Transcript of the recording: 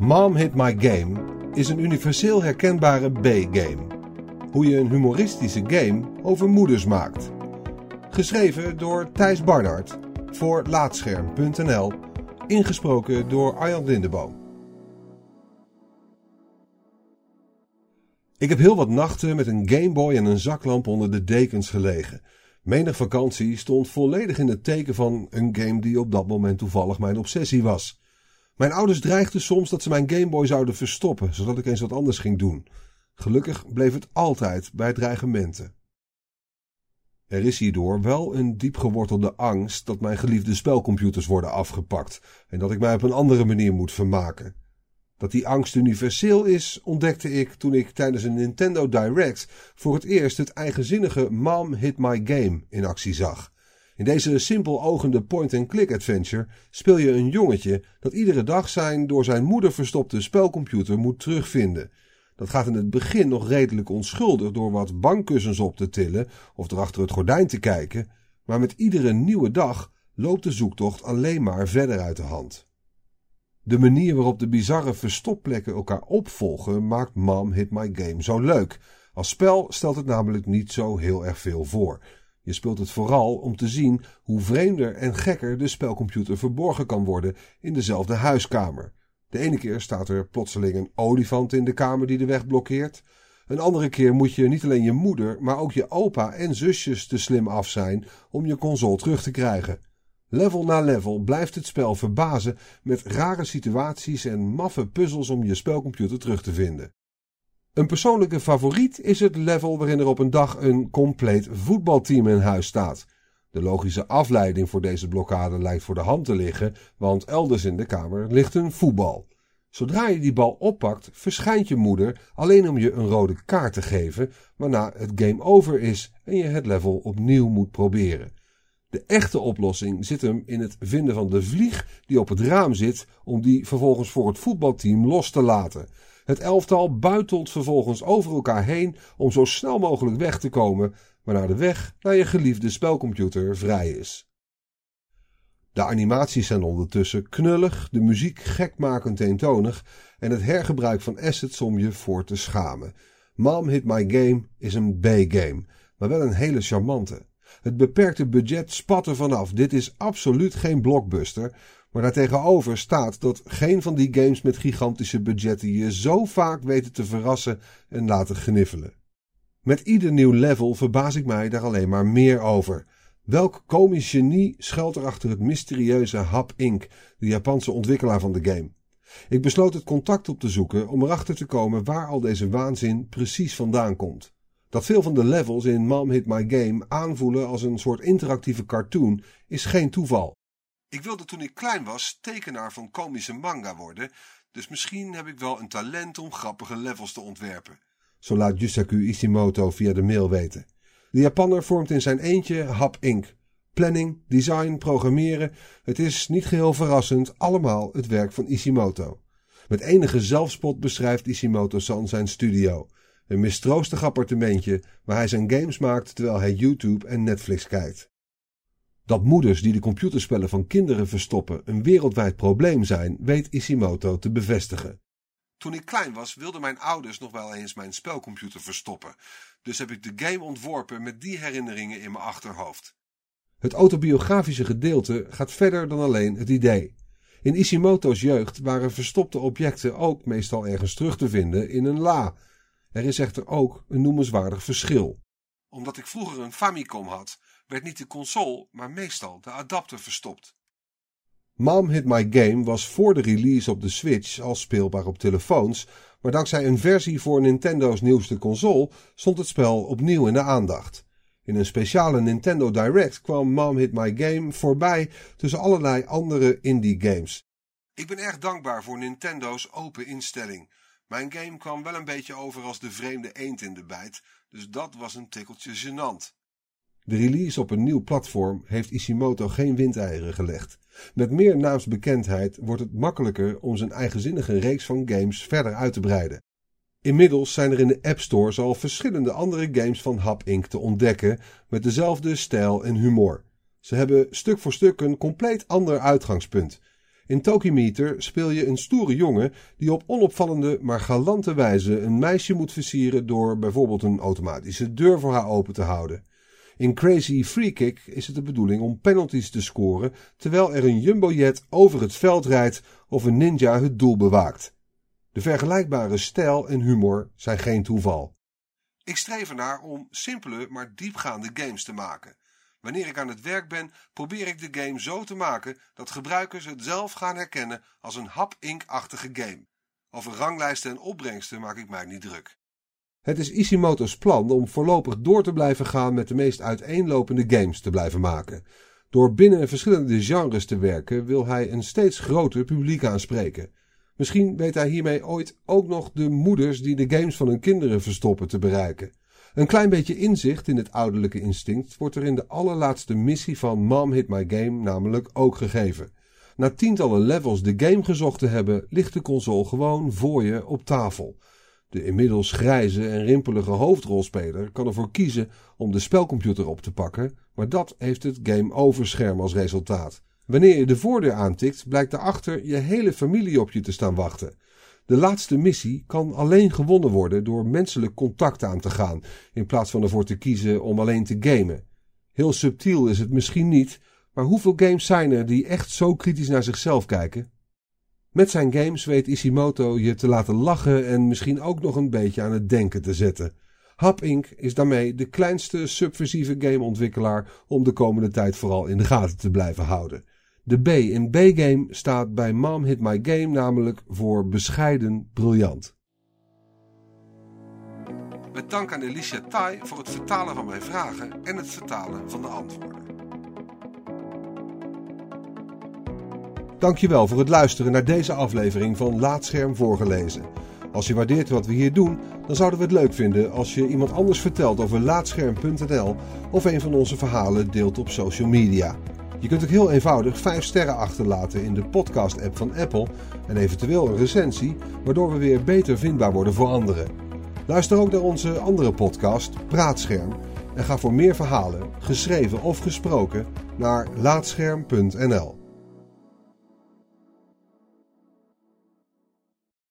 Mom Hit My Game is een universeel herkenbare B-game. Hoe je een humoristische game over moeders maakt. Geschreven door Thijs Barnard voor Laatscherm.nl. Ingesproken door Arjan Lindeboom. Ik heb heel wat nachten met een Gameboy en een zaklamp onder de dekens gelegen. Menig vakantie stond volledig in het teken van een game die op dat moment toevallig mijn obsessie was. Mijn ouders dreigden soms dat ze mijn Gameboy zouden verstoppen, zodat ik eens wat anders ging doen. Gelukkig bleef het altijd bij dreigementen. Er is hierdoor wel een diepgewortelde angst dat mijn geliefde spelcomputers worden afgepakt en dat ik mij op een andere manier moet vermaken. Dat die angst universeel is, ontdekte ik toen ik tijdens een Nintendo Direct voor het eerst het eigenzinnige Mom Hit My Game in actie zag. In deze simpel ogende point-and-click adventure speel je een jongetje dat iedere dag zijn door zijn moeder verstopte spelcomputer moet terugvinden. Dat gaat in het begin nog redelijk onschuldig door wat bankkussens op te tillen of erachter het gordijn te kijken, maar met iedere nieuwe dag loopt de zoektocht alleen maar verder uit de hand. De manier waarop de bizarre verstopplekken elkaar opvolgen maakt Mom Hit My Game zo leuk. Als spel stelt het namelijk niet zo heel erg veel voor. Je speelt het vooral om te zien hoe vreemder en gekker de spelcomputer verborgen kan worden in dezelfde huiskamer. De ene keer staat er plotseling een olifant in de kamer die de weg blokkeert. Een andere keer moet je niet alleen je moeder, maar ook je opa en zusjes te slim af zijn om je console terug te krijgen. Level na level blijft het spel verbazen met rare situaties en maffe puzzels om je spelcomputer terug te vinden. Een persoonlijke favoriet is het level waarin er op een dag een compleet voetbalteam in huis staat. De logische afleiding voor deze blokkade lijkt voor de hand te liggen, want elders in de kamer ligt een voetbal. Zodra je die bal oppakt, verschijnt je moeder alleen om je een rode kaart te geven, waarna het game over is en je het level opnieuw moet proberen. De echte oplossing zit hem in het vinden van de vlieg die op het raam zit om die vervolgens voor het voetbalteam los te laten. Het elftal buitelt vervolgens over elkaar heen om zo snel mogelijk weg te komen, waarna de weg naar je geliefde spelcomputer vrij is. De animaties zijn ondertussen knullig, de muziek gekmakend eentonig en het hergebruik van assets om je voor te schamen. Mom Hit My Game is een B-game, maar wel een hele charmante. Het beperkte budget spat er vanaf. Dit is absoluut geen blockbuster, maar daartegenover staat dat geen van die games met gigantische budgetten je zo vaak weten te verrassen en laten gniffelen. Met ieder nieuw level verbaas ik mij daar alleen maar meer over. Welk komisch genie schuilt er achter het mysterieuze Hap Inc., de Japanse ontwikkelaar van de game? Ik besloot het contact op te zoeken om erachter te komen waar al deze waanzin precies vandaan komt. Dat veel van de levels in Mom Hit My Game aanvoelen als een soort interactieve cartoon is geen toeval. Ik wilde toen ik klein was tekenaar van komische manga worden, dus misschien heb ik wel een talent om grappige levels te ontwerpen. Zo laat Yusaku Ishimoto via de mail weten. De Japanner vormt in zijn eentje Hap Inc. Planning, design, programmeren, het is niet geheel verrassend allemaal het werk van Ishimoto. Met enige zelfspot beschrijft Ishimoto-san zijn studio. Een mistroostig appartementje waar hij zijn games maakt terwijl hij YouTube en Netflix kijkt. Dat moeders die de computerspellen van kinderen verstoppen een wereldwijd probleem zijn, weet Ishimoto te bevestigen. Toen ik klein was, wilden mijn ouders nog wel eens mijn spelcomputer verstoppen. Dus heb ik de game ontworpen met die herinneringen in mijn achterhoofd. Het autobiografische gedeelte gaat verder dan alleen het idee. In Ishimoto's jeugd waren verstopte objecten ook meestal ergens terug te vinden in een la. Er is echter ook een noemenswaardig verschil. Omdat ik vroeger een Famicom had, werd niet de console, maar meestal de adapter verstopt. Mom Hit My Game was voor de release op de Switch al speelbaar op telefoons, maar dankzij een versie voor Nintendo's nieuwste console stond het spel opnieuw in de aandacht. In een speciale Nintendo Direct kwam Mom Hit My Game voorbij tussen allerlei andere indie games. Ik ben erg dankbaar voor Nintendo's open instelling. Mijn game kwam wel een beetje over als de vreemde eend in de bijt, dus dat was een tikkeltje gênant. De release op een nieuw platform heeft Ishimoto geen windeieren gelegd. Met meer naamsbekendheid wordt het makkelijker om zijn eigenzinnige reeks van games verder uit te breiden. Inmiddels zijn er in de App Stores al verschillende andere games van Hap Inc. te ontdekken met dezelfde stijl en humor. Ze hebben stuk voor stuk een compleet ander uitgangspunt. In Tokimeter speel je een stoere jongen die op onopvallende maar galante wijze een meisje moet versieren door bijvoorbeeld een automatische deur voor haar open te houden. In Crazy Free Kick is het de bedoeling om penalties te scoren terwijl er een jumbojet over het veld rijdt of een ninja het doel bewaakt. De vergelijkbare stijl en humor zijn geen toeval. Ik streef ernaar om simpele maar diepgaande games te maken. Wanneer ik aan het werk ben, probeer ik de game zo te maken dat gebruikers het zelf gaan herkennen als een Hap-Inc-achtige game. Over ranglijsten en opbrengsten maak ik mij niet druk. Het is Ishimoto's plan om voorlopig door te blijven gaan met de meest uiteenlopende games te blijven maken. Door binnen verschillende genres te werken wil hij een steeds groter publiek aanspreken. Misschien weet hij hiermee ooit ook nog de moeders die de games van hun kinderen verstoppen te bereiken. Een klein beetje inzicht in het ouderlijke instinct wordt er in de allerlaatste missie van Mom Hit My Game namelijk ook gegeven. Na tientallen levels de game gezocht te hebben, ligt de console gewoon voor je op tafel. De inmiddels grijze en rimpelige hoofdrolspeler kan ervoor kiezen om de spelcomputer op te pakken, maar dat heeft het game over scherm als resultaat. Wanneer je de voordeur aantikt, blijkt daarachter je hele familie op je te staan wachten. De laatste missie kan alleen gewonnen worden door menselijk contact aan te gaan, in plaats van ervoor te kiezen om alleen te gamen. Heel subtiel is het misschien niet, maar hoeveel games zijn er die echt zo kritisch naar zichzelf kijken? Met zijn games weet Ishimoto je te laten lachen en misschien ook nog een beetje aan het denken te zetten. Hap-Inc. is daarmee de kleinste subversieve gameontwikkelaar om de komende tijd vooral in de gaten te blijven houden. De B in B-game staat bij Mom Hit My Game namelijk voor bescheiden briljant. Met dank aan Alicia Tai voor het vertalen van mijn vragen en het vertalen van de antwoorden. Dankjewel voor het luisteren naar deze aflevering van Laatscherm voorgelezen. Als je waardeert wat we hier doen, dan zouden we het leuk vinden als je iemand anders vertelt over Laatscherm.nl of een van onze verhalen deelt op social media. Je kunt ook heel eenvoudig 5 sterren achterlaten in de podcast-app van Apple en eventueel een recensie, waardoor we weer beter vindbaar worden voor anderen. Luister ook naar onze andere podcast, Praatscherm, en ga voor meer verhalen, geschreven of gesproken, naar Laatscherm.nl.